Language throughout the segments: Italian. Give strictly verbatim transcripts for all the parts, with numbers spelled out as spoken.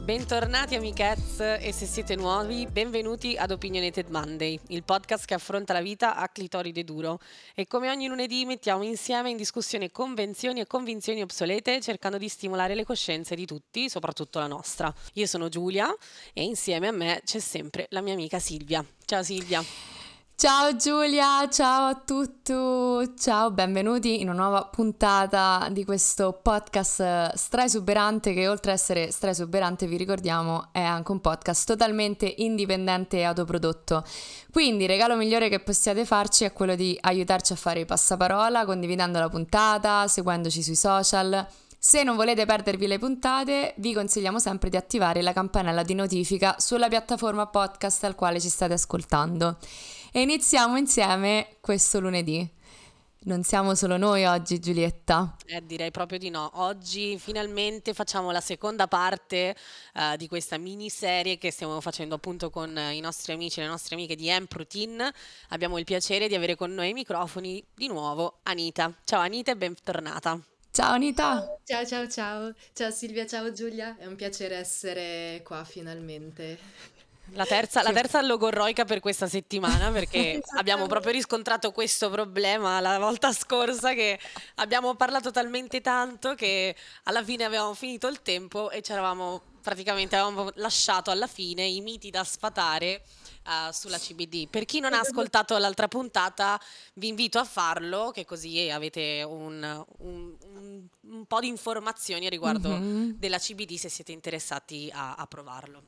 Bentornati amichezz e se siete nuovi, benvenuti ad Opinionated Monday, il podcast che affronta la vita a clitoride duro e come ogni lunedì mettiamo insieme in discussione convenzioni e convinzioni obsolete cercando di stimolare le coscienze di tutti, soprattutto la nostra. Io sono Giulia e insieme a me c'è sempre la mia amica Silvia. Ciao Silvia. Ciao Giulia, ciao a tutti, ciao, benvenuti in una nuova puntata di questo podcast stra-esuberante che oltre ad essere stra-esuberante, vi ricordiamo, è anche un podcast totalmente indipendente e autoprodotto. Quindi il regalo migliore che possiate farci è quello di aiutarci a fare il passaparola, condividendo la puntata, seguendoci sui social. Se non volete perdervi le puntate, vi consigliamo sempre di attivare la campanella di notifica sulla piattaforma podcast al quale ci state ascoltando. E iniziamo insieme questo lunedì. Non siamo solo noi oggi, Giulietta. Eh, direi proprio di no. Oggi finalmente facciamo la seconda parte uh, di questa miniserie che stiamo facendo appunto con i nostri amici e le nostre amiche di M-Protein. Abbiamo il piacere di avere con noi ai microfoni di nuovo Anita. Ciao Anita e bentornata. Ciao Anita! Ciao ciao ciao, ciao Silvia, ciao Giulia, è un piacere essere qua finalmente. La terza, la terza logorroica per questa settimana perché abbiamo proprio riscontrato questo problema la volta scorsa che abbiamo parlato talmente tanto che alla fine avevamo finito il tempo e ci eravamo praticamente avevamo lasciato alla fine i miti da sfatare uh, sulla C B D. Per chi non ha ascoltato l'altra puntata vi invito a farlo, che così avete un, un, un, un po' di informazioni riguardo mm-hmm. della C B D se siete interessati a, a provarlo.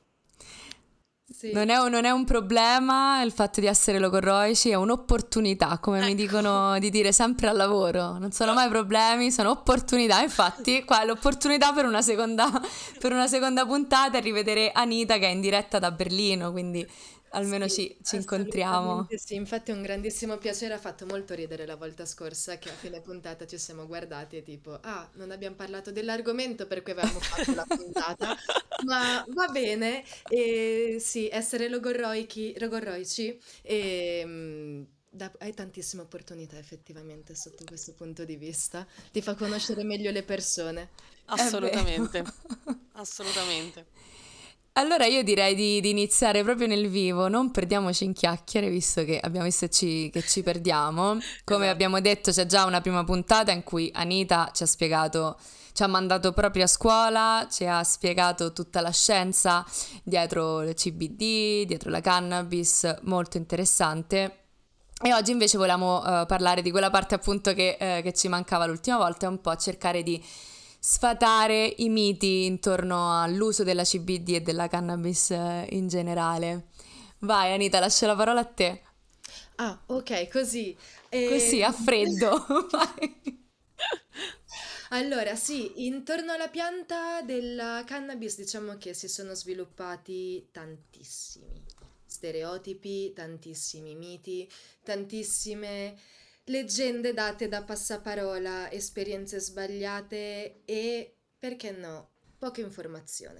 Sì. Non, è, non è un problema il fatto di essere logorroici, è un'opportunità, come ecco. mi dicono di dire sempre al lavoro. Non sono mai problemi, sono opportunità. Infatti qua è l'opportunità per una seconda, per una seconda puntata e rivedere Anita che è in diretta da Berlino, quindi almeno sì, ci, ci incontriamo. Sì, infatti è un grandissimo piacere, ha fatto molto ridere la volta scorsa che a fine puntata ci siamo guardati e tipo, ah, non abbiamo parlato dell'argomento per cui avevamo fatto la puntata, ma va bene, e sì, essere logorroici, logorroici e... Da, hai tantissime opportunità effettivamente sotto questo punto di vista, ti fa conoscere meglio le persone. Assolutamente, assolutamente. Allora io direi di, di iniziare proprio nel vivo, non perdiamoci in chiacchiere visto che abbiamo visto ci, che ci perdiamo. Come esatto. abbiamo detto c'è già una prima puntata in cui Anita ci ha spiegato, ci ha mandato proprio a scuola, ci ha spiegato tutta la scienza dietro il C B D, dietro la cannabis, molto interessante. E oggi invece volevamo uh, parlare di quella parte appunto che, uh, che ci mancava l'ultima volta, un po' cercare di sfatare i miti intorno all'uso della C B D e della cannabis uh, in generale. Vai Anita, lascio la parola a te. Ah, ok, così. E... Così, a freddo. Vai. Allora, sì, intorno alla pianta della cannabis diciamo che si sono sviluppati tantissimi stereotipi, tantissimi miti, tantissime leggende date da passaparola, esperienze sbagliate e, perché no, poca informazione.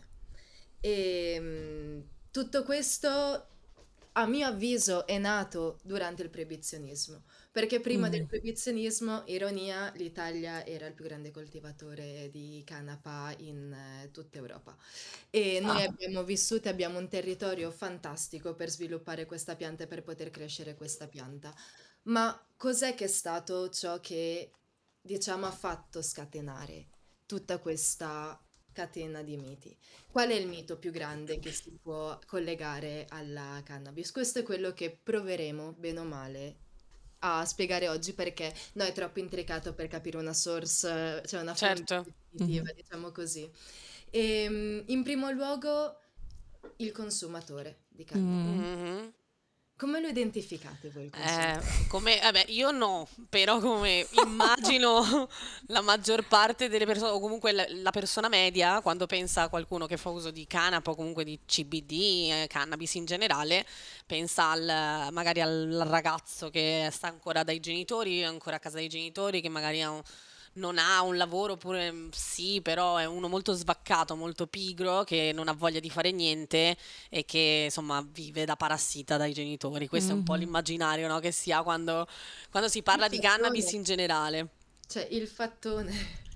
E mh, tutto questo, a mio avviso, è nato durante il proibizionismo, perché prima mm. del proibizionismo, ironia, l'Italia era il più grande coltivatore di canapa in eh, tutta Europa e noi ah. abbiamo vissuto e abbiamo un territorio fantastico per sviluppare questa pianta e per poter crescere questa pianta. Ma cos'è che è stato ciò che, diciamo, ha fatto scatenare tutta questa catena di miti? Qual è il mito più grande che si può collegare alla cannabis? Questo è quello che proveremo, bene o male, a spiegare oggi perché no, è troppo intricato per capire una source, cioè una fonte certo. definitiva, mm-hmm. diciamo così. E, in primo luogo, il consumatore di cannabis. Mm-hmm. Come lo identificate voi? Eh, come, vabbè, io no, però come immagino la maggior parte delle persone, o comunque la, la persona media, quando pensa a qualcuno che fa uso di canapa o comunque di C B D, eh, cannabis in generale, pensa al, magari al ragazzo che sta ancora dai genitori, ancora a casa dei genitori, che magari ha un... non ha un lavoro, oppure sì, però è uno molto svaccato, molto pigro, che non ha voglia di fare niente e che insomma vive da parassita dai genitori. Questo mm-hmm. è un po' l'immaginario, no, che si ha quando, quando si parla il di fattone. Cannabis in generale. Cioè il fattone.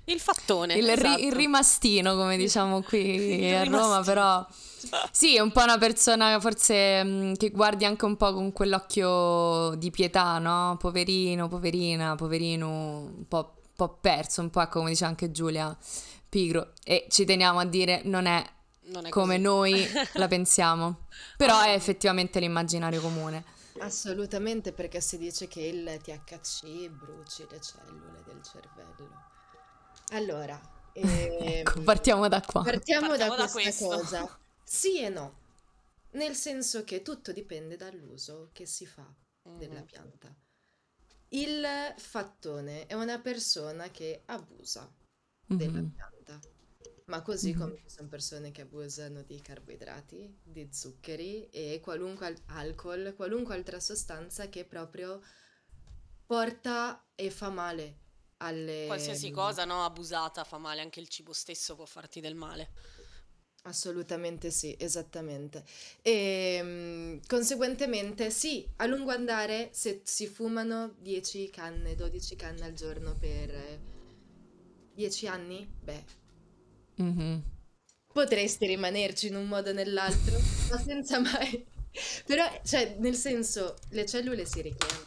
Il fattone, il, ri- esatto. il rimastino, come diciamo qui Il a Roma, rimastino. però sì, è un po' una persona forse mh, che guardi anche un po' con quell'occhio di pietà, no? Poverino, poverina, poverino, un po', un po' perso, un po', ecco, come dice anche Giulia, pigro. E ci teniamo a dire, non è Non è come così. noi la pensiamo, però Ah, è no. effettivamente l'immaginario comune. Assolutamente, perché si dice che il T H C bruci le cellule del cervello. Allora, Ecco, ehm, partiamo da qua. partiamo da Partiamo da questa questo. cosa. Sì e no, nel senso che tutto dipende dall'uso che si fa della Mhm. pianta. Il fattone è una persona che abusa della Mhm, pianta, ma così mhm. come ci sono persone che abusano di carboidrati, di zuccheri e qualunque al- alcol, qualunque altra sostanza che proprio porta e fa male alle... Qualsiasi cosa, no, abusata fa male, anche il cibo stesso può farti del male. Assolutamente sì, esattamente. E mm, conseguentemente sì, a lungo andare se si fumano dieci canne, dodici canne al giorno per eh, dieci anni, beh, Mhm. potresti rimanerci in un modo o nell'altro, ma senza mai... Però, cioè, nel senso, le cellule si ricreano.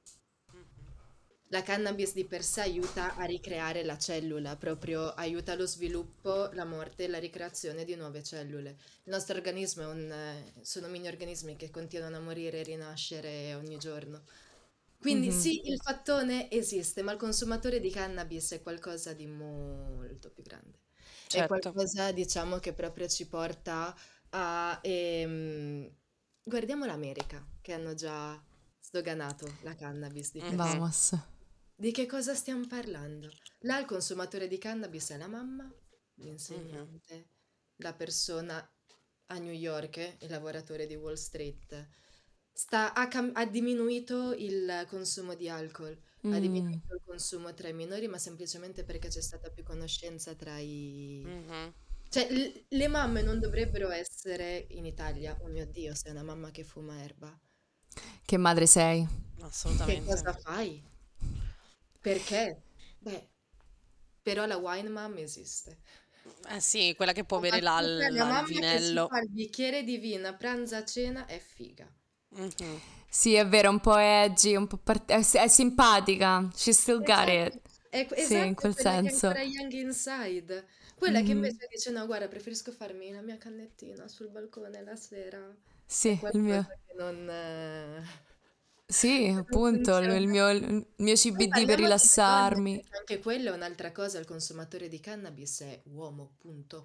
La cannabis di per sé aiuta a ricreare la cellula, proprio aiuta lo sviluppo, la morte e la ricreazione di nuove cellule. Il nostro organismo è un, eh, sono mini organismi che continuano a morire e rinascere ogni giorno. Quindi Mhm. sì, il fattone esiste, ma il consumatore di cannabis è qualcosa di molto più grande. È Certo. qualcosa, diciamo, che proprio ci porta a... ehm, guardiamo l'America, che hanno già sdoganato la cannabis di per sé. Mhm. Vamos. Di che cosa stiamo parlando? Là il consumatore di cannabis è la mamma, Mhm. l'insegnante, la persona a New York, il lavoratore di Wall Street. Sta- ha, cam- ha diminuito il consumo di alcol, ha Mm. diminuito il consumo tra i minori, ma semplicemente perché c'è stata più conoscenza tra i... Mhm. Cioè, l- le mamme non dovrebbero essere in Italia. Oh mio Dio, sei una mamma che fuma erba. Che madre sei? Che Assolutamente. cosa fai? Perché? Beh, però la wine mom esiste. Eh sì, quella che può La bere matita- l'al- la al mamma che si vinello. fa il bicchiere di vino a pranzo a cena è figa. Mhm. Sì, è vero, un po' edgy, un po' part- è, è simpatica. She still got Esatto, it. è, que- Sì, in esatto, è quel quella che è senso. ancora young inside. Quella che Mhm. invece dice no, guarda, preferisco farmi la mia cannettina sul balcone la sera. È Sì, il mio. qualcosa che non, eh, Sì, che non appunto, il il funziona. mio, il mio Poi C B D per parliamo delle donne, rilassarmi. perché anche quella è un'altra cosa, il consumatore di cannabis è uomo, punto.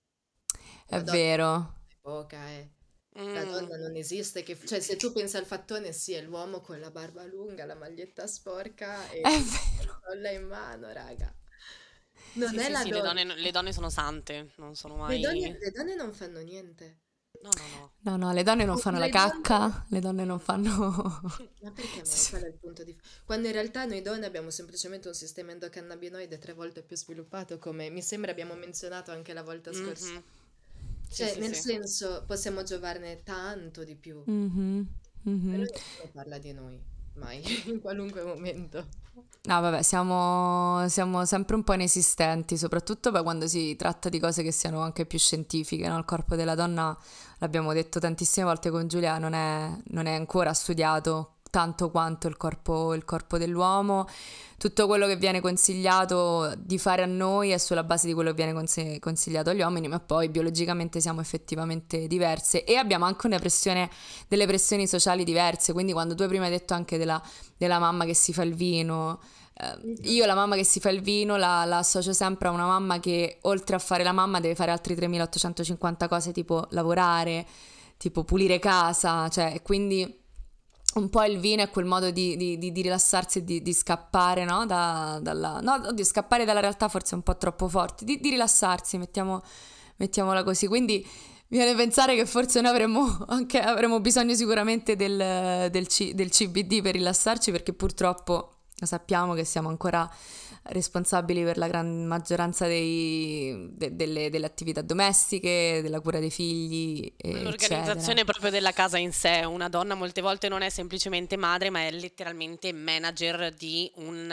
È La donna vero. è poca, eh. La Mm. donna non esiste, che... cioè se tu pensi al fattone, sì, è l'uomo con la barba lunga, la maglietta sporca È e il vero. pistola in mano, raga. Non Sì, è sì, la sì, le donna. donne, le donne sono sante, non sono Le donne, mai... le donne non fanno niente. No, no, no. No, no, le donne non fanno la Le donne... cacca, le donne non fanno... Ma perché mai? Sì. Qual è il punto di... Quando in realtà noi donne abbiamo semplicemente un sistema endocannabinoide tre volte più sviluppato, come mi sembra abbiamo menzionato anche la volta scorsa. Mhm. Sì, Cioè, sì, nel sì. senso, possiamo giovarne tanto di più. Mhm, Però mhm. nessuno parla di noi, mai, in qualunque momento. No, vabbè, siamo, siamo sempre un po' inesistenti, soprattutto poi quando si tratta di cose che siano anche più scientifiche, no? Il corpo della donna, l'abbiamo detto tantissime volte con Giulia, non è, non è ancora studiato tanto quanto il corpo, il corpo dell'uomo. Tutto quello che viene consigliato di fare a noi è sulla base di quello che viene conse- consigliato agli uomini, ma poi biologicamente siamo effettivamente diverse e abbiamo anche una pressione, delle pressioni sociali diverse, quindi quando tu prima hai detto anche della della mamma che si fa il vino. Eh, Mhm. io la mamma che si fa il vino la, la associo sempre a una mamma che oltre a fare la mamma deve fare altri tremilaottocentocinquanta cose tipo lavorare, tipo pulire casa, cioè e quindi un po' il vino è quel modo di, di- di- di rilassarsi e di, di scappare, no? Da, dalla, no, di scappare dalla realtà forse un po' troppo forte, di, di rilassarsi, mettiamo, mettiamola così. Quindi mi viene a pensare che forse noi avremmo, anche, avremmo bisogno sicuramente del, del C- del C B D per rilassarci, perché purtroppo sappiamo che siamo ancora responsabili per la gran maggioranza dei- de- delle, delle attività domestiche, della cura dei figli, e- eccetera. L'organizzazione proprio della casa in sé, una donna molte volte non è semplicemente madre, ma è letteralmente manager di un,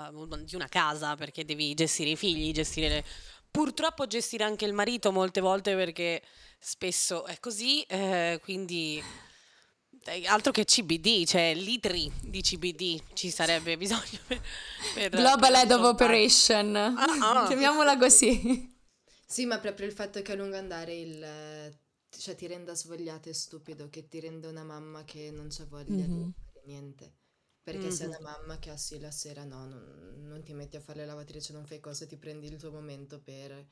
una, di una casa, perché devi gestire i figli, gestire le- purtroppo gestire anche il marito molte volte perché spesso è così, eh, quindi eh, altro che C B D, cioè litri di C B D ci sarebbe bisogno per, per, Global per Head of affrontare. Operation, Ah, ah. chiamiamola così. Sì, ma proprio il fatto che a lungo andare il, eh, cioè, ti renda svogliato e stupido, che ti renda una mamma che non c'ha voglia di Mhm. fare niente. Perché sei Mhm. una mamma che ah sì, la sera no, non, non ti metti a fare la lavatrice, non fai cose, ti prendi il tuo momento per... Per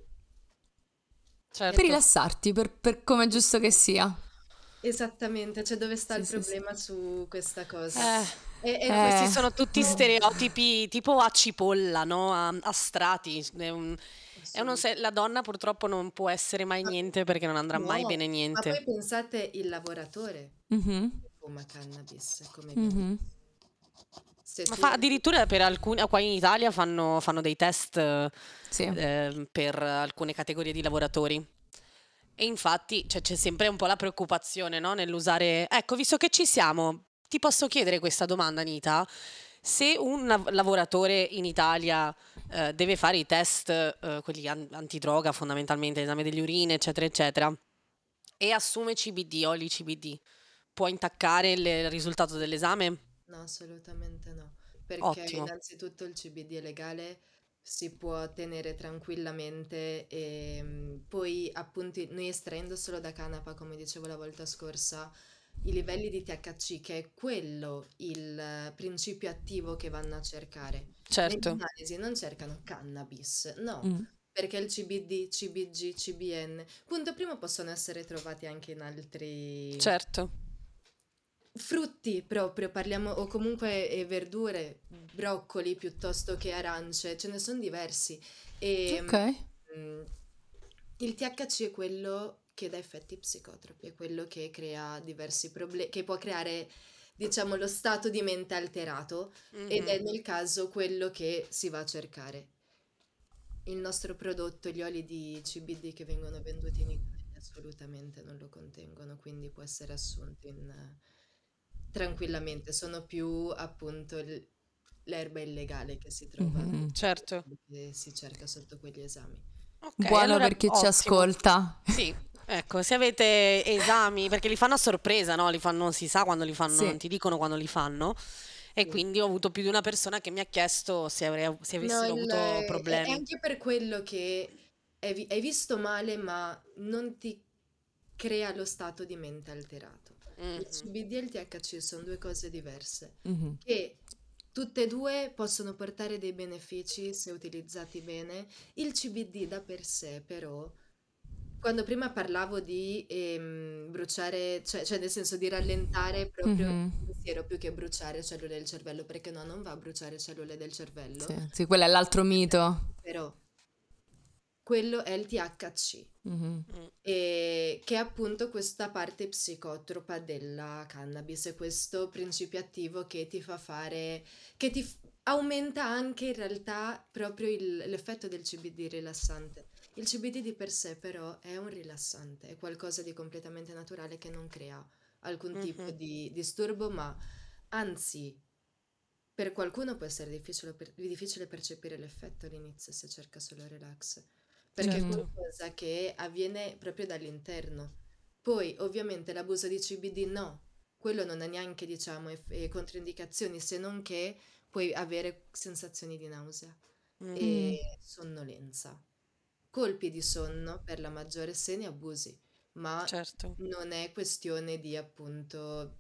Certo. rilassarti, per, per come è giusto che sia. Esattamente, cioè dove sta Sì, il sì, sì. problema su questa cosa? Eh, E, e questi Eh, sono tutti stereotipi tipo a cipolla, no? A, a strati. È un- è uno se- assolutamente. la donna purtroppo non può essere mai Ma- niente perché non andrà mai no, bene ma niente. poi pensate il lavoratore mhm, che fuma cannabis, come viene mhm. visto. Se Ma tu... fa addirittura per alcuni, qua in Italia fanno, fanno dei test eh, Sì. eh, per alcune categorie di lavoratori. E infatti cioè, c'è sempre un po' la preoccupazione, no? Nell'usare... Ecco, visto che ci siamo, ti posso chiedere questa domanda, Anita? Se un lav- lavoratore in Italia eh, deve fare i test, eh, quelli an- antidroga fondamentalmente, esame delle urine, eccetera, eccetera, e assume C B D, oli C B D, può intaccare il il risultato dell'esame? No, assolutamente no, perché Ottimo, innanzitutto il C B D è legale, si può tenere tranquillamente e mm, poi appunto noi estraendo solo da canapa, come dicevo la volta scorsa, i livelli di T H C, che è quello il eh, principio attivo che vanno a cercare. Nelle certo, analisi non cercano cannabis, no, Mm. perché il C B D, C B G, C B N, punto primo possono essere trovati anche in altri certo. frutti proprio, parliamo, o comunque eh, verdure, broccoli piuttosto che arance, ce ne sono diversi. E Ok. mm, il T H C è quello che dà effetti psicotropi, è quello che crea diversi problemi, che può creare, diciamo, lo stato di mente alterato ed Mhm. è nel caso quello che si va a cercare. Il nostro prodotto, gli oli di C B D che vengono venduti in Italia assolutamente non lo contengono, quindi può essere assunto in, eh, tranquillamente. Sono più appunto il- l'erba illegale che si trova, Mhm. Certo. che si cerca sotto quegli esami. Ok, Buono allora per chi ci ottimo. ascolta. Sì, ecco, se avete esami, perché li fanno a sorpresa, no? Li fanno, si sa quando li fanno, non Sì. ti dicono quando li fanno. E Sì. quindi ho avuto più di una persona che mi ha chiesto se, avrei- se No, avessero il- avuto è, è problemi. anche per quello che hai, vi- hai visto male, ma non ti crea lo stato di mente alterato. Il Mhm. C B D e il T H C sono due cose diverse, Mhm. che tutte e due possono portare dei benefici se utilizzati bene. Il C B D da per sé, però, quando prima parlavo di ehm, bruciare, cioè, cioè nel senso di rallentare proprio Mhm. il pensiero più che bruciare cellule del cervello, perché no, non va a bruciare cellule del cervello, Sì, sì, quello è l'altro mito. però quello è il T H C, Mhm. Mm. e che è appunto questa parte psicotropa della cannabis, è questo principio attivo che ti fa fare, che ti f- aumenta anche in realtà proprio il- l'effetto del C B D rilassante. Il C B D di per sé però è un rilassante, è qualcosa di completamente naturale che non crea alcun tipo Mhm. di disturbo, ma anzi, per qualcuno può essere difficile, per- difficile percepire l'effetto all'inizio se cerca solo relax, perché è Mhm. Certo. qualcosa che avviene proprio dall'interno. Poi, ovviamente, l'abuso di C B D no, quello non ha neanche, diciamo, eff- eh, controindicazioni, se non che puoi avere sensazioni di nausea Mhm. Mm. e sonnolenza, colpi di sonno per la maggiore se ne abusi, ma Certo. non è questione di appunto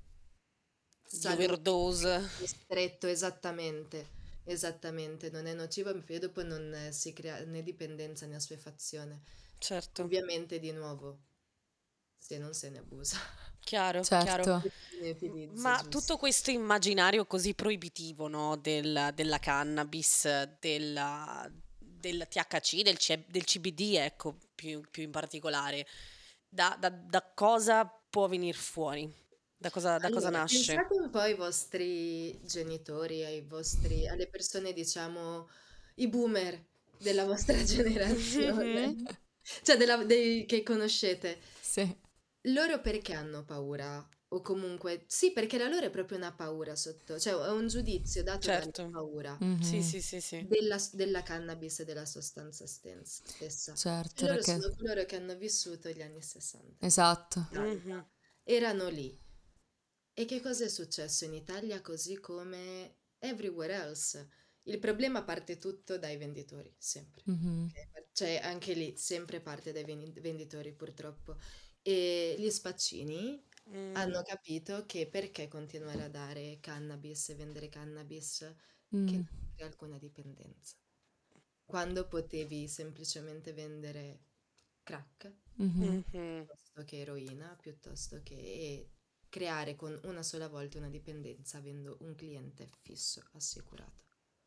Di salute overdose. stretto, esattamente, esattamente, non è nocivo e poi dopo non eh, si crea né dipendenza né assuefazione. Certo. Ovviamente, di nuovo, se non se ne abusa, Chiaro, chiaro. Certo. se se ne utilizza, Ma tutto giusto. questo immaginario così proibitivo, no, del- della cannabis, della- del T H C, del, C- del C B D, ecco, più, più in particolare, da, da- da cosa può venire fuori? Da cosa, da cosa Allora, nasce? pensate un po' ai vostri genitori, ai vostri, alle persone, diciamo, i boomer della vostra generazione, cioè della- dei, che conoscete. Sì. Loro perché hanno paura o comunque sì, perché la loro è proprio una paura sotto, cioè è un giudizio dato dalla Certo. paura Sì, Mhm. sì, sì, sì. della, della cannabis e della sostanza stens- stessa. Certo, E loro perché... sono coloro che hanno vissuto gli anni sessanta in Esatto. Italia, Mhm. erano lì. E che cosa è successo in Italia così come everywhere else? Il problema parte tutto dai venditori, sempre. Mhm. Ok? Cioè, anche lì, sempre parte dai ven- venditori, purtroppo. E gli spaccini Mm. hanno capito che perché continuare a dare cannabis e vendere cannabis che Mm. non crea alcuna dipendenza. Quando potevi semplicemente vendere crack Mhm. Mhm. piuttosto che eroina, piuttosto che e creare con una sola volta una dipendenza avendo un cliente fisso assicurato.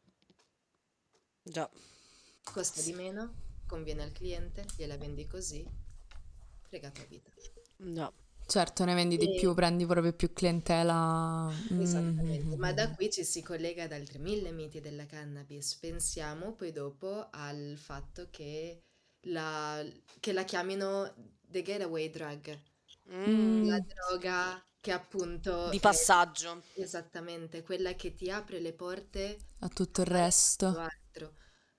Già. Costa di meno, conviene al cliente, gliela vendi così, frega tua vita. Già. Certo, ne vendi di più, E prendi proprio più clientela. esattamente, ma da Mhm. qui ci si collega ad altri mille miti della cannabis. Pensiamo poi dopo al fatto che la, che la chiamino the getaway drug, Mm. la Mm. droga che appunto Di è passaggio. esattamente quella che ti apre le porte A a tutto il fare tutto resto. altro.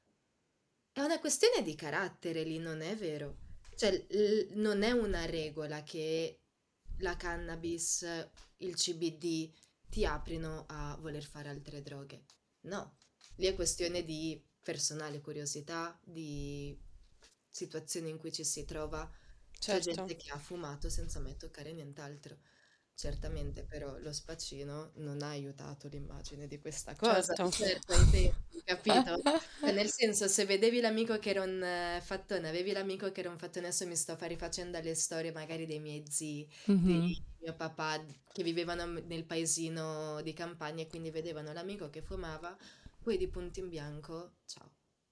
È una questione di carattere lì, non è vero? Cioè, l- non è una regola che la cannabis, il C B D ti aprino a voler fare altre droghe. No, lì è questione di personale curiosità, di situazioni in cui ci si trova. C'è Certo. gente che ha fumato senza mai toccare nient'altro. Certamente, però lo spaccino non ha aiutato l'immagine di questa cosa, Certo. certo, ai tempi, capito? Cioè, nel senso, se vedevi l'amico che era un eh, fattone, avevi l'amico che era un fattone, adesso mi sto fa- rifacendo alle storie magari dei miei zii, di Mhm. mio papà, che vivevano m- nel paesino di campagna e quindi vedevano l'amico che fumava, poi di punto in bianco, ciao,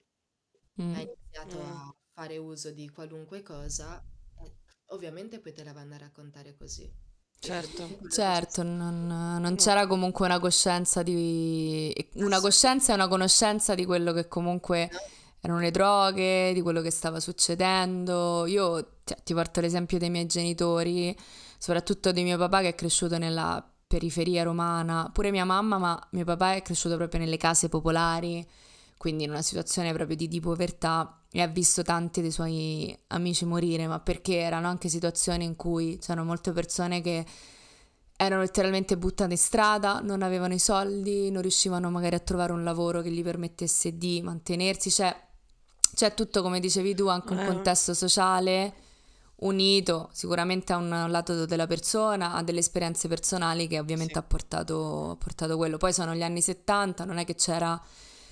ha Mm. iniziato Mm. a fare uso di qualunque cosa, e ovviamente poi te la vanno a raccontare così. Il Certo. problema è quello che c'è Certo, non, non Mm. c'era comunque una coscienza di... una assolutamente coscienza e una conoscenza di quello che comunque no. erano le droghe, di quello che stava succedendo. Io, cioè, ti porto l'esempio dei miei genitori, soprattutto di mio papà che è cresciuto nella periferia romana, pure mia mamma, ma mio papà è cresciuto proprio nelle case popolari, quindi in una situazione proprio di, di povertà e ha visto tanti dei suoi amici morire, ma perché erano anche situazioni in cui c'erano molte persone che erano letteralmente buttate in strada, non avevano i soldi, non riuscivano magari a trovare un lavoro che gli permettesse di mantenersi, cioè c'è tutto, come dicevi tu, anche un Eh, contesto sociale unito sicuramente a un lato della persona, a delle esperienze personali che ovviamente sì. ha portato, ha portato quello. Poi sono gli anni settanta, non è che c'era,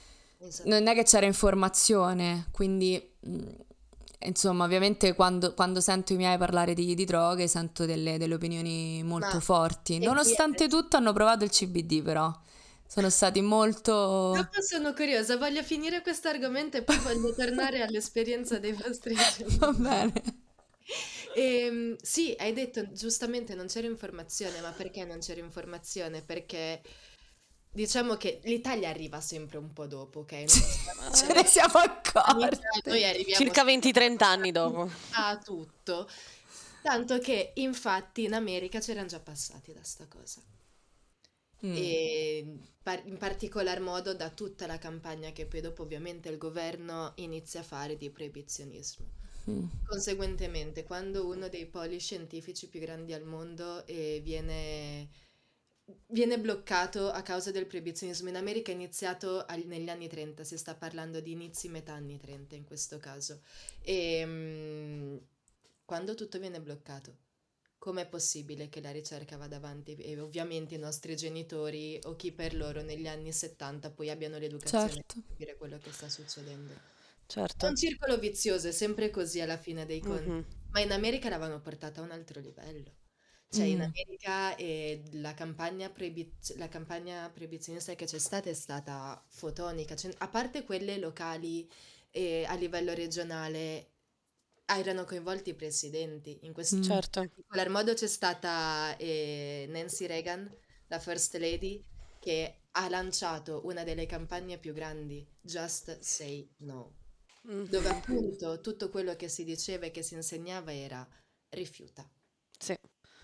non è che Esattamente. c'era informazione, quindi mh, insomma, ovviamente quando, quando sento i miei parlare di, di droghe sento delle, delle opinioni Ma molto forti. e qui Nonostante adesso tutto hanno provato il C B D però, sono stati molto... dopo sono curiosa, voglio finire questo argomento e poi voglio tornare all'esperienza dei vostri Va genitori. bene. Ehm, sì, hai detto giustamente non c'era informazione, ma perché non c'era informazione? Perché diciamo che l'Italia arriva sempre un po' dopo, ok? Ce Nonostante ne siamo l'Italia, accorte. noi arriviamo Circa sempre venti trenta anni a dopo. a tutto, tanto che infatti in America c'erano già passati da sta cosa. Mm, E par- in particolar modo da tutta la campagna che poi dopo ovviamente il governo inizia a fare di proibizionismo. mm, Conseguentemente, quando uno dei poli scientifici più grandi al mondo eh, viene, viene bloccato a causa del proibizionismo, in America è iniziato al- negli anni trenta, si sta parlando di inizi metà anni trenta in questo caso. E mm, quando tutto viene bloccato, com'è possibile che la ricerca vada avanti? E ovviamente i nostri genitori o chi per loro negli anni settanta poi abbiano l'educazione certo. per capire quello che sta succedendo. È Certo. un circolo vizioso, è sempre così alla fine dei conti. Mhm. Ma in America l'avevano portata a un altro livello. Cioè in Mm, America eh, la campagna, proibiz- la campagna proibizionista che c'è stata è stata fotonica. Cioè, a parte quelle locali e a livello regionale, ah, erano coinvolti i presidenti. In questo mm, Certo. particolar modo c'è stata eh, Nancy Reagan, la First Lady, che ha lanciato una delle campagne più grandi, Just Say No, dove Mhm. appunto tutto quello che si diceva e che si insegnava era rifiuta. Sì.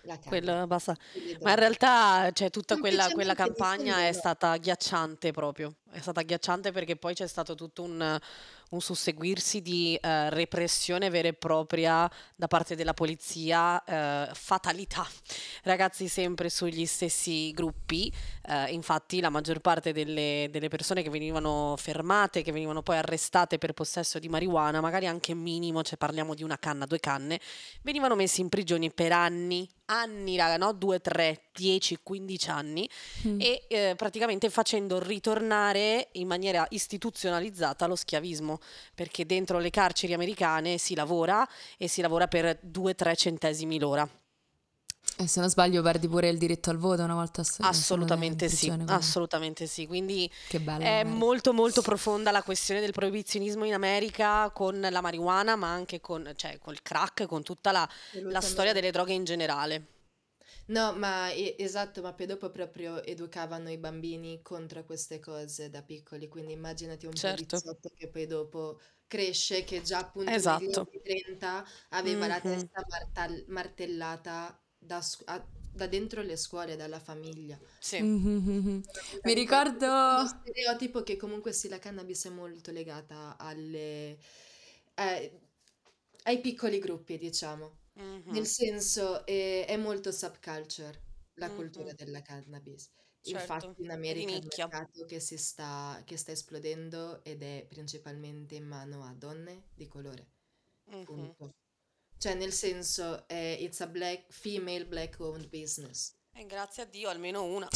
la Quello cannabis basta. e le Ma in droghe. realtà, cioè, tutta quella, quella Semplicemente campagna è dicendolo. stata agghiacciante proprio. È stata agghiacciante perché poi c'è stato tutto un, un susseguirsi di eh, repressione vera e propria da parte della polizia, eh, fatalità. Ragazzi sempre sugli stessi gruppi. Eh, infatti la maggior parte delle, delle persone che venivano fermate, che venivano poi arrestate per possesso di marijuana, magari anche minimo, cioè parliamo di una canna, due canne, venivano messi in prigione per anni, anni, raga, no? due, tre, dieci, quindici anni Mm. e eh, praticamente facendo ritornare in maniera istituzionalizzata lo schiavismo, perché dentro le carceri americane si lavora e si lavora per due tre centesimi l'ora. E se non sbaglio perdi pure il diritto al voto una volta s- essendo in Assolutamente sì, prigione, quindi assolutamente sì. Quindi che bella è l'America. molto molto profonda la questione del proibizionismo in America con la marijuana, ma anche con, cioè, col crack, con tutta la, la storia Assolutamente. delle droghe in generale. No, ma e- esatto, ma poi dopo proprio educavano i bambini contro queste cose da piccoli, quindi immaginati un Certo, poliziotto che poi dopo cresce, che già appunto negli esatto. anni trenta aveva la Mhm. testa martal- martellata da, scu- a- da dentro le scuole, dalla famiglia. Sì, Mhm. Una Mi mentalità, ricordo. uno stereotipo che comunque sì, la cannabis è molto legata alle, eh, ai piccoli gruppi, diciamo. Nel mhm, senso, è, è molto subculture la cultura mhm, della cannabis. certo. Infatti in È di America è un nicchia. mercato che si sta, che sta esplodendo ed è principalmente in mano a donne di colore. Mhm. Punto. Cioè, nel senso, è, it's a black, female black owned business. E grazie a Dio, almeno una.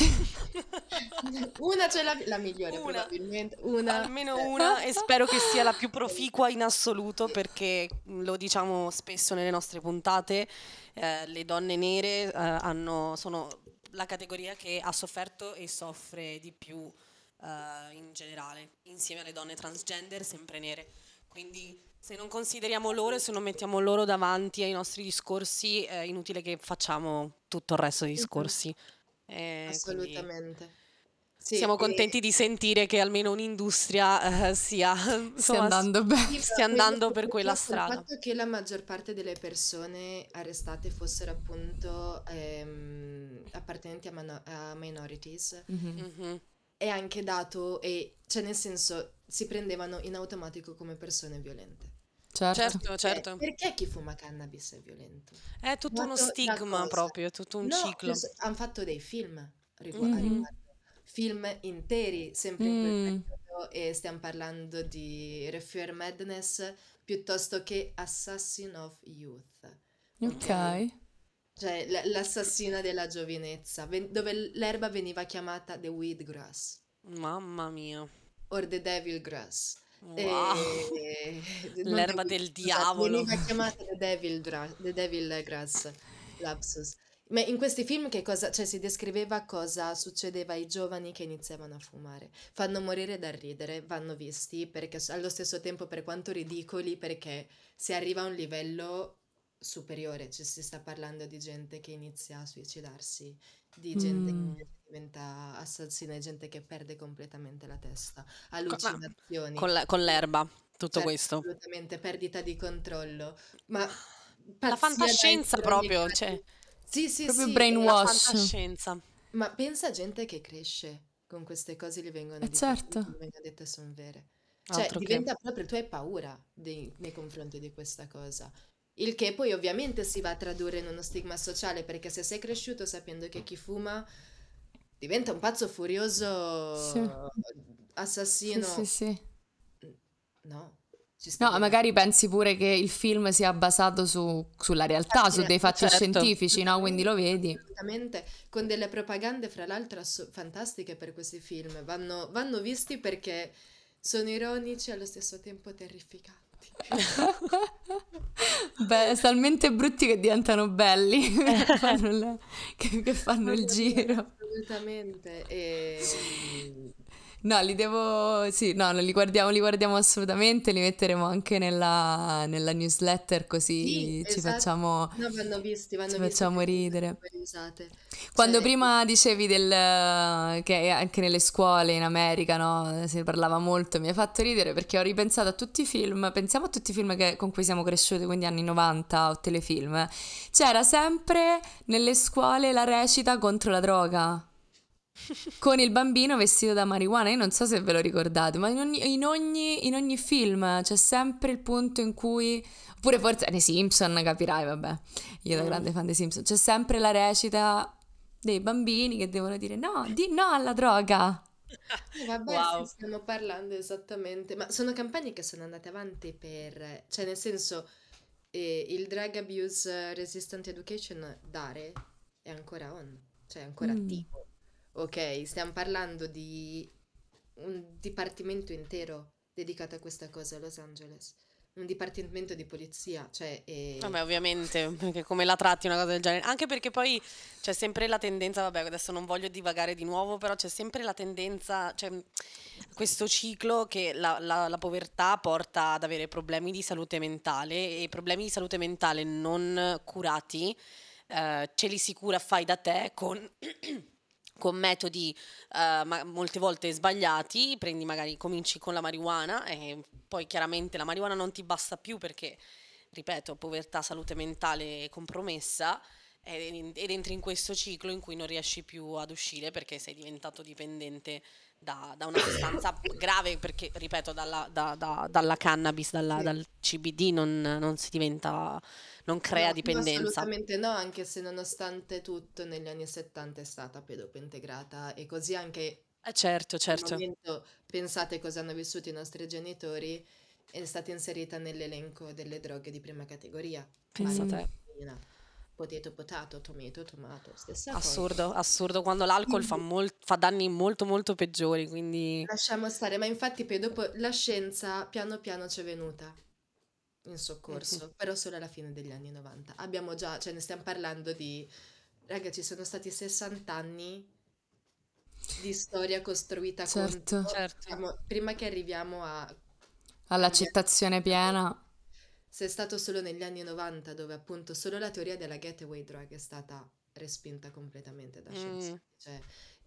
Una c'è la, la migliore Una, probabilmente, una almeno c'è. una, e spero che sia la più proficua in assoluto perché mh, lo diciamo spesso nelle nostre puntate, eh, le donne nere eh, hanno, sono la categoria che ha sofferto e soffre di più eh, in generale, insieme alle donne transgender sempre nere. Quindi se non consideriamo loro e se non mettiamo loro davanti ai nostri discorsi, è inutile che facciamo tutto il resto dei Mhm. discorsi. Eh, quindi Assolutamente. Sì, siamo e contenti di sentire che almeno un'industria eh, sia, Stia insomma, s- andando bene. sì, ma stia poi andando dopo per quella purtroppo il strada. fatto che la maggior parte delle persone arrestate fossero appunto ehm, appartenenti a, mano- a minorities Mhm. Mhm. è anche dato e, cioè nel senso, si prendevano in automatico come persone violente. Certo. Certo, Perché? certo. Perché chi fuma cannabis è violento? È tutto uno Nato da stigma cosa? proprio, è tutto un No, ciclo. hanno fatto dei film rigu- a Mhm. riguardo, film interi, sempre in quel Mm. periodo, e stiamo parlando di Reefer Madness piuttosto che Assassin of Youth, Ok. ok? Cioè l- l'assassina della giovinezza, ven- dove l'erba veniva chiamata the weed grass Mamma mia. or the devil grass. Wow. E... non the L'erba weed, del scusate, diavolo. veniva chiamata the devil, dra- the devil grass, lapsus. Ma in questi film che cosa, cioè si descriveva cosa succedeva ai giovani che iniziavano a fumare. Fanno morire da ridere, vanno visti perché s- allo stesso tempo per quanto ridicoli, perché si arriva a un livello superiore, cioè si sta parlando di gente che inizia a suicidarsi, di gente Mm. che Mm. diventa assassina, di gente che perde completamente la testa, Co- ma allucinazioni, con, la- con l'erba, tutto certo, questo. assolutamente, perdita di controllo, ma La pazzia da fantascienza proprio, cioè, intronicati. Sì, sì, Proprio sì, la e- brainwash. fantascienza. ma pensa a gente che cresce con queste cose, gli vengono E dite, gli certo. vengono dette sono vere. Cioè, Altro che. diventa proprio, tu hai paura dei- nei confronti di questa cosa. Il che poi ovviamente si va a tradurre in uno stigma sociale, perché se sei cresciuto sapendo che chi fuma diventa un pazzo Sì. furioso, Sì, sì, assassino, sì. no, ci sta No, bene. magari pensi pure che il film sia basato su- sulla realtà, su Fatti- dei fatti Certo. scientifici, no? Quindi lo vedi. Assolutamente, con delle propagande fra l'altro asso- fantastiche per questi film. Vanno, vanno visti perché sono ironici e allo stesso tempo terrificanti. Beh, talmente brutti che diventano belli, che fanno, la- che- che fanno il Mamma mia, giro. assolutamente. E, No, li devo... Sì, no, li guardiamo, li guardiamo assolutamente, li metteremo anche nella, nella newsletter Sì, così ci esatto. facciamo, No, vanno visti, ci vanno visti facciamo perché sono ridere. ben usate. Quando Cioè, prima dicevi del, che anche nelle scuole in America, no, si parlava molto, mi ha fatto ridere perché ho ripensato a tutti i film, pensiamo a tutti i film che- con cui siamo cresciuti, quindi anni novanta o telefilm. C'era sempre nelle scuole la recita contro la droga. Con il bambino vestito da marijuana, io non so se ve lo ricordate, ma in ogni, in ogni, in ogni film c'è sempre il punto in cui, oppure forse nei Simpson, capirai, vabbè, io da Mm. grande fan dei Simpson, c'è sempre la recita dei bambini che devono dire no, di no alla droga. eh, vabbè, sì, Wow. stiamo parlando esattamente, ma sono campagne che sono andate avanti per, cioè nel senso, eh, il Drug Abuse Resistant Education Dare è ancora on, cioè è ancora Mm, attivo. Ok, stiamo parlando di un dipartimento intero dedicato a questa cosa a Los Angeles, un dipartimento di polizia, cioè, eh, Vabbè, ovviamente, perché come la tratti una cosa del genere? Anche perché poi c'è sempre la tendenza, vabbè, adesso non voglio divagare di nuovo, però c'è sempre la tendenza, cioè mh, questo ciclo che la, la- la povertà porta ad avere problemi di salute mentale e problemi di salute mentale non curati, eh, ce li si cura fai da te con, con metodi eh, ma- molte volte sbagliati, prendi magari, cominci con la marijuana e poi chiaramente la marijuana non ti basta più perché ripeto, povertà, salute mentale compromessa ed ed entri in questo ciclo in cui non riesci più ad uscire perché sei diventato dipendente da, da una sostanza grave, perché, ripeto, dalla, da- da- dalla cannabis, dalla- sì. dal C B D non, non si diventa, non crea No, no, dipendenza. assolutamente no, anche se nonostante tutto negli anni settanta è stata pedopo integrata e così anche Eh certo, al certo, momento pensate cosa hanno vissuto i nostri genitori, è stata inserita nell'elenco delle droghe di prima categoria. pensa a mm. te. Marijuana, potato, potato, tomato, tomato, stessa cosa. Assurdo, assurdo, quando l'alcol fa, Quindi mol- fa danni molto molto peggiori, quindi... lasciamo stare, ma infatti poi dopo la scienza piano piano ci è venuta in Mhm. soccorso, però solo alla fine degli anni novanta. Abbiamo già, cioè ne stiamo parlando di, ragazzi, sono stati sessanta anni di storia costruita Certo, contro, Certo. diciamo, prima che arriviamo a cambiare all'accettazione completamente. piena. Se è stato solo negli anni novanta dove appunto solo la teoria della gateway drug è stata respinta completamente da Mm. scienziati, cioè,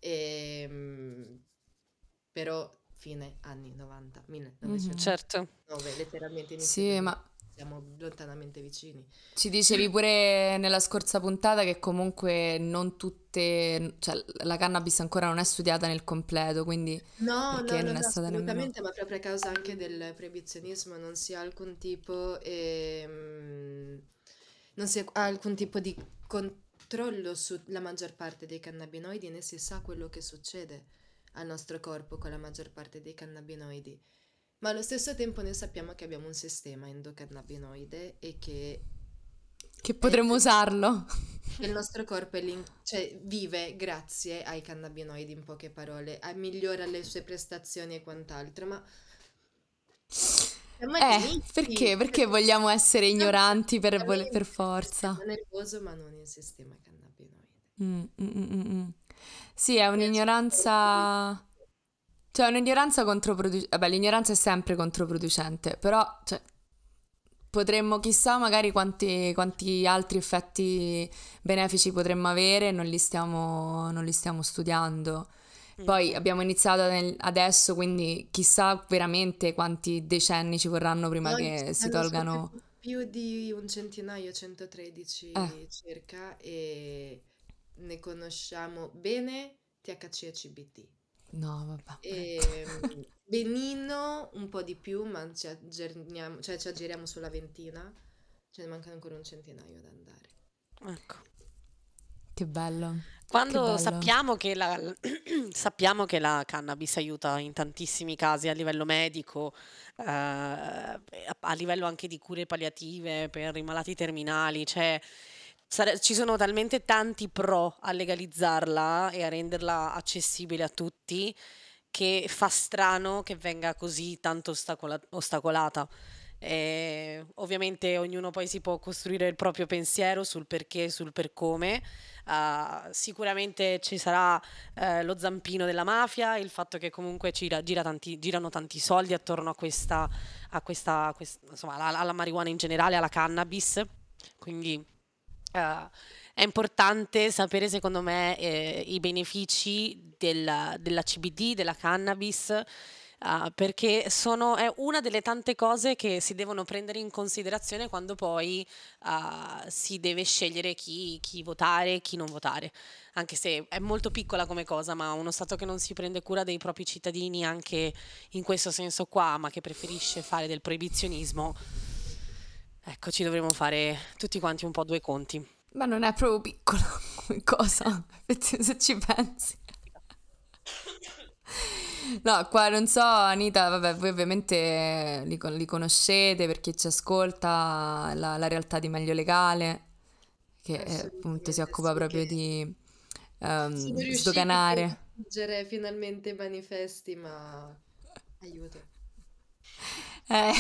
ehm, però fine anni novanta, Mhm. Certo. millenovecentonovantanove, letteralmente inizio Sì, duemila, ma siamo lontanamente vicini. ci dicevi pure nella scorsa puntata che comunque non tutte, cioè la cannabis ancora non è studiata nel completo, quindi No, no, perché no, non è no, stata nemmeno... assolutamente, ma proprio a causa anche del proibizionismo non si ha alcun tipo, ehm, non si ha alcun tipo di controllo sulla maggior parte dei cannabinoidi, né si sa quello che succede al nostro corpo con la maggior parte dei cannabinoidi. Ma allo stesso tempo noi sappiamo che abbiamo un sistema endocannabinoide e che Che è- potremmo usarlo. che il nostro corpo è l'in- cioè, vive grazie ai cannabinoidi, in poche parole, a- migliora le sue prestazioni e quant'altro, ma siamo agli Eh, inizi, perché? Perché cioè, vogliamo essere siamo ignoranti per, vole- per praticamente il forza? sistema nervoso, ma non il sistema cannabinoide. Mm, mm, mm, mm, mm. Sì, è E sono molto- un'ignoranza... Cioè, un'ignoranza controproducente. Vabbè, l'ignoranza è sempre controproducente, però, cioè, potremmo, chissà, magari quanti, quanti altri effetti benefici potremmo avere, non li stiamo, non li stiamo studiando. Poi Mhm. abbiamo iniziato nel- adesso, quindi chissà veramente quanti decenni ci vorranno prima No, che ne si hanno tolgano. scoperti più di un centinaio, Eh, centotredici circa, e ne conosciamo bene T H C e C B D. no, vabbè, ecco. Ehm, benino un po' di più, ma ci aggerniamo- cioè ci aggiriamo sulla ventina, ce ne mancano ancora un centinaio da andare. Ecco. Che bello, che Quando bello. sappiamo che la, sappiamo che la cannabis aiuta in tantissimi casi a livello medico, eh, a a livello anche di cure palliative per i malati terminali, cioè sare- ci sono talmente tanti pro a legalizzarla e a renderla accessibile a tutti che fa strano che venga così tanto ostacola- ostacolata. E ovviamente ognuno poi si può costruire il proprio pensiero sul perché e sul per come. Uh, sicuramente ci sarà uh, lo zampino della mafia, il fatto che comunque gira, gira tanti, girano tanti soldi attorno a questa, a questa, a questa insomma, alla, alla marijuana in generale, alla cannabis. Quindi uh, è importante sapere, secondo me, eh, i benefici della, della C B D, della cannabis. Uh, perché sono, è una delle tante cose che si devono prendere in considerazione quando poi uh, si deve scegliere chi, chi votare e chi non votare. Anche se è molto piccola come cosa, ma uno Stato che non si prende cura dei propri cittadini anche in questo senso qua, ma che preferisce fare del proibizionismo, ecco, ci dovremmo fare tutti quanti un po' due conti. Ma non è proprio piccola come cosa, se ci pensi. No, qua non so, Anita, vabbè, voi ovviamente li, con- li conoscete per chi ci ascolta, la, la realtà di Meglio Legale, che eh, appunto si Assolutamente occupa sì, proprio che di sono ehm, riusciti poi a sdoganare. leggere finalmente i manifesti, ma aiuto. Eh,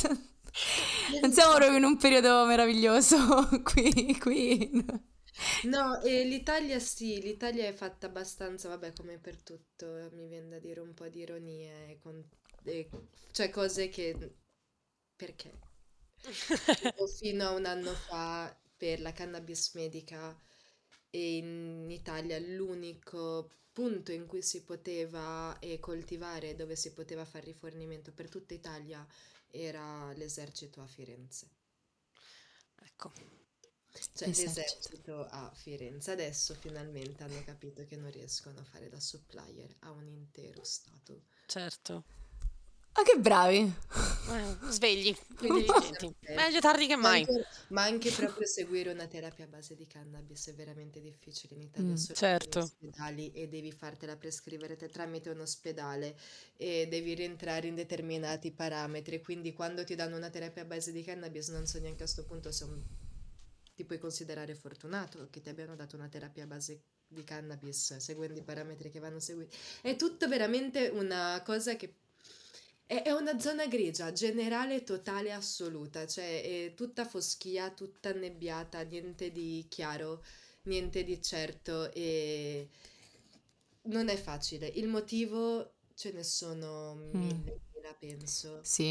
non siamo proprio in un periodo meraviglioso qui, qui. No, e l'Italia sì, l'Italia è fatta abbastanza, vabbè, come per tutto, mi viene da dire un po' di ironie, e con- e- cioè cose che... Perché? Tipo, fino a un anno fa per la cannabis medica e in Italia l'unico punto in cui si poteva eh, coltivare, dove si poteva fare rifornimento per tutta Italia era l'esercito a Firenze. Ecco, Cioè L'esercito. l'esercito a Firenze. Adesso finalmente hanno capito che non riescono a fare da supplier a un intero stato. certo. Ma che bravi! Eh, svegli, Quindi ci siamo intelligenti. Meglio persi. tardi che Ma mai. anche, ma anche proprio seguire una terapia a base di cannabis è veramente difficile in Italia, Mm. solo negli Certo, ospedali e devi fartela prescrivere te- tramite un ospedale e devi rientrare in determinati parametri. Quindi quando ti danno una terapia a base di cannabis non so neanche a sto punto se un- ti puoi considerare fortunato che ti abbiano dato una terapia a base di cannabis seguendo i parametri che vanno seguiti. È tutto veramente una cosa che è, è una zona grigia, generale, totale, assoluta, cioè è tutta foschia, tutta annebbiata, niente di chiaro, niente di certo e non è facile. Il motivo ce ne sono Mm. mille, mila, penso. Sì.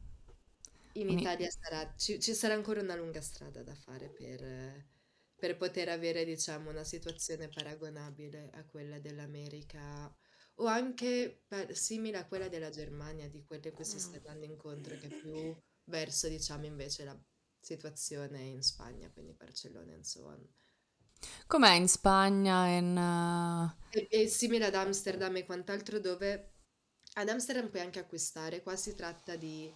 In Uni- Italia sarà, ci, ci sarà ancora una lunga strada da fare per, eh, per poter avere, diciamo, una situazione paragonabile a quella dell'America o anche pa- simile a quella della Germania, di quelle che si sta andando incontro, che è più verso, diciamo, invece la situazione in Spagna, quindi Barcellona e so on. Com'è in Spagna? In, È, è simile ad Amsterdam e quant'altro dove ad Amsterdam puoi anche acquistare, qua si tratta di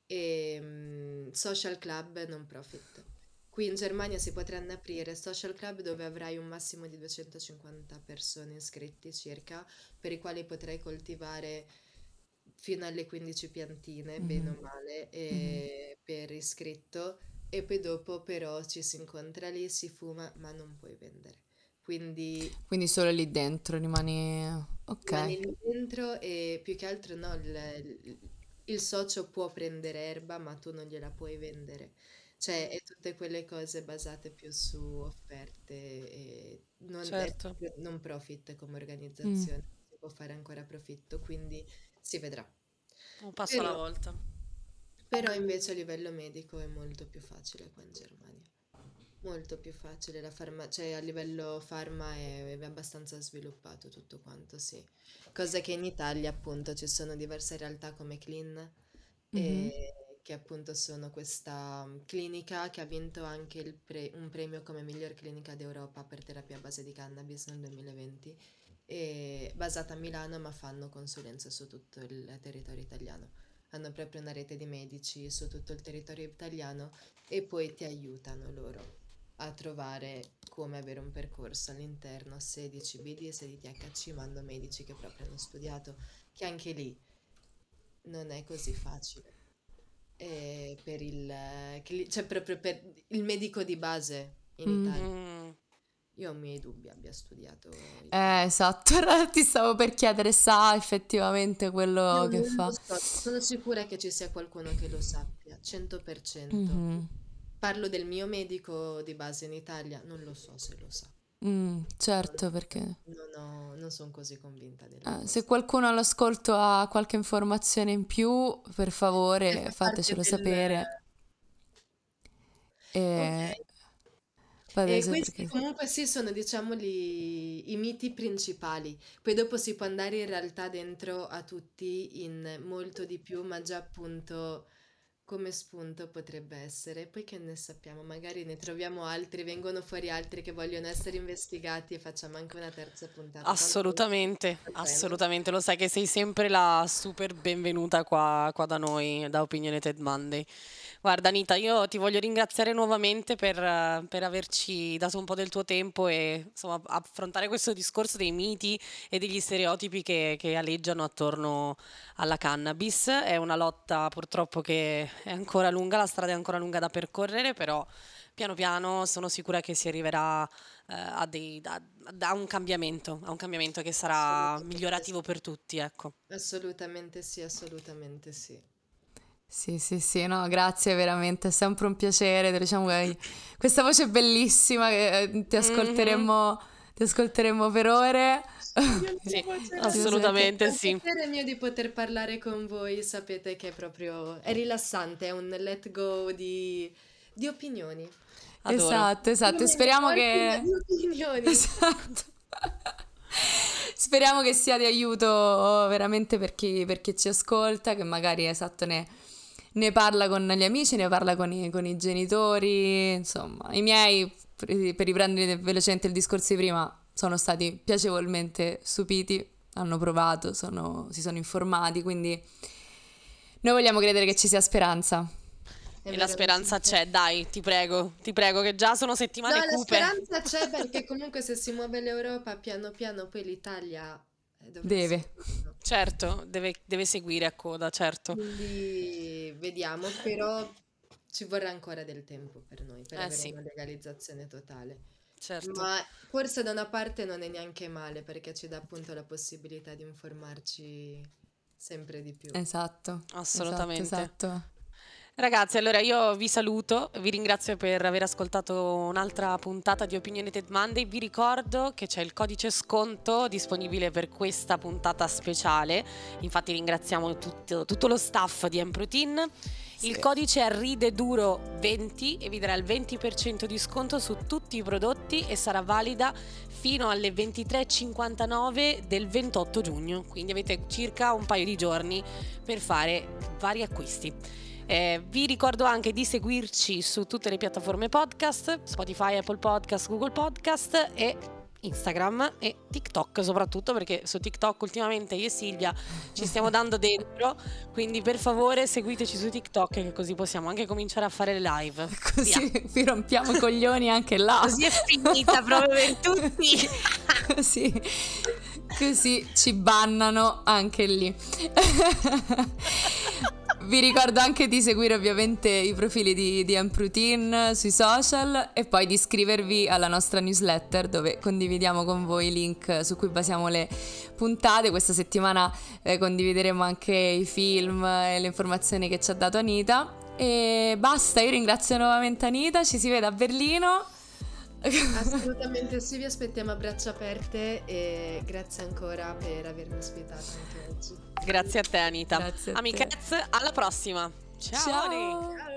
ehm, social club non profit. Qui in Germania si potranno aprire social club dove avrai un massimo di duecentocinquanta persone iscritti circa, per i quali potrai coltivare fino alle quindici piantine, bene mhm, o male, mhm. e per iscritto, e poi dopo però ci si incontra lì, si fuma, ma non puoi vendere. Quindi Quindi solo lì dentro rimani... Ok. rimani lì dentro e più che altro no, il, il- il socio può prendere erba, ma tu non gliela puoi vendere. Cioè, è tutte quelle cose basate più su offerte e non, è certo. proprio non profit come Mm. organizzazione, si può fare ancora profitto, quindi si vedrà. Un passo alla Però, volta. però invece a livello medico è molto più facile qua in Germania. Molto più facile, la farma- cioè a livello farma è, è abbastanza sviluppato tutto quanto, sì. Cosa che in Italia appunto ci sono diverse realtà come Clean, Mhm. e che appunto sono questa mm, clinica che ha vinto anche il pre- un premio come miglior clinica d'Europa per terapia a base di cannabis nel duemilaventi, e basata a Milano ma fanno consulenze su tutto il territorio italiano. Hanno proprio una rete di medici su tutto il territorio italiano e poi ti aiutano loro a trovare come avere un percorso all'interno, se di C B D, se di T H C, ma hanno medici che proprio hanno studiato, che anche lì non è così facile. E per il, eh, cli- cioè proprio per il medico di base in Mm. Italia, Mm, io ho i miei dubbi abbia studiato Eh, italiano. esatto, ora ti stavo per chiedere, sa effettivamente quello Io che non lo fa? so, sono sicura che ci sia qualcuno che lo sappia, cento per cento. Mhm. Parlo del mio medico di base in Italia, non lo so se lo sa. Mm, certo, Non, perché non ho- non sono così convinta della eh, se cosa. qualcuno all'ascolto ha qualche informazione in più, per E favore fa parte fatecelo del... sapere Ok. e fate E sapere questi che... comunque sì sono, diciamo, li- i miti principali. Poi dopo si può andare in realtà dentro a tutti in molto di più, ma già appunto come spunto potrebbe essere. Poi che ne sappiamo, magari ne troviamo altri, vengono fuori altri che vogliono essere investigati e facciamo anche una terza puntata. Tanto non Assolutamente, sapendo. assolutamente, lo sai che sei sempre la super benvenuta qua, qua da noi, da Opinionated Monday. Guarda Anita, io ti voglio ringraziare nuovamente per, eh, per averci dato un po' del tuo tempo e insomma affrontare questo discorso dei miti e degli stereotipi che, che aleggiano attorno alla cannabis. È una lotta purtroppo che è ancora lunga, la strada è ancora lunga da percorrere, però piano piano sono sicura che si arriverà eh, a, dei- a- a un cambiamento, a un cambiamento che sarà Assolutamente migliorativo sì. per tutti, ecco. Assolutamente sì, assolutamente sì. Sì, sì, sì, no, grazie veramente, è sempre un piacere, diciamo che hai questa voce bellissima che eh, ti Mhm. ascolteremo, ti ascolteremo per ore. Io non Sì, posso Sì, veramente. È assolutamente un sì. piacere mio di poter parlare con voi. Sapete che è proprio è rilassante, è un let go di, di opinioni. Adoro. Esatto, esatto, e Più meno speriamo forti, ma che... di opinioni. Esatto. Speriamo che sia di aiuto veramente per chi, per chi ci ascolta, che magari esatto ne, ne parla con gli amici, ne parla con i, con i genitori, insomma, i miei, per, per riprendere velocemente il discorso di prima, sono stati piacevolmente stupiti, hanno provato, sono- si sono informati, quindi noi vogliamo credere che ci sia speranza. È E la vero, mi speranza sento. c'è, dai, ti prego, ti prego, che già sono No, settimane la cupe. speranza c'è perché comunque se si muove l'Europa piano piano poi l'Italia eh, dovrà Deve. seguirlo. Certo, deve, deve seguire a coda, certo. Quindi vediamo, però ci vorrà ancora del tempo per noi, per Eh avere sì, una legalizzazione totale. certo, Ma forse da una parte non è neanche male perché ci dà appunto la possibilità di informarci sempre di più. Esatto, esatto, assolutamente. esatto. Ragazzi, allora io vi saluto, vi ringrazio per aver ascoltato un'altra puntata di Opinionated Monday. Vi ricordo che c'è il codice sconto disponibile per questa puntata speciale. Infatti ringraziamo tutto, tutto lo staff di M-Protein. Il Sì. codice è Rideduro venti e vi darà il venti per cento di sconto su tutti i prodotti e sarà valida fino alle ventitré e cinquantanove del ventotto giugno. Quindi avete circa un paio di giorni per fare vari acquisti. Eh, vi ricordo anche di seguirci su tutte le piattaforme podcast, Spotify, Apple Podcast, Google Podcast e Instagram e TikTok soprattutto, perché su TikTok ultimamente io e Silvia ci stiamo dando dentro, quindi per favore seguiteci su TikTok che così possiamo anche cominciare a fare le live. Via. Così vi rompiamo i coglioni anche là. Così è finita proprio per tutti. Sì, così, così ci bannano anche lì. Vi ricordo anche di seguire ovviamente i profili di, di M-Protein sui social e poi di iscrivervi alla nostra newsletter dove condividiamo con voi i link su cui basiamo le puntate. Questa settimana eh, condivideremo anche i film e le informazioni che ci ha dato Anita. E basta, io ringrazio nuovamente Anita, ci si vede a Berlino. Assolutamente sì, vi aspettiamo a braccia aperte e grazie ancora per avermi ospitato anche oggi. Grazie a te Anita. Grazie a te. Amichezze, alla prossima. Ciao. Ciao. Ciao!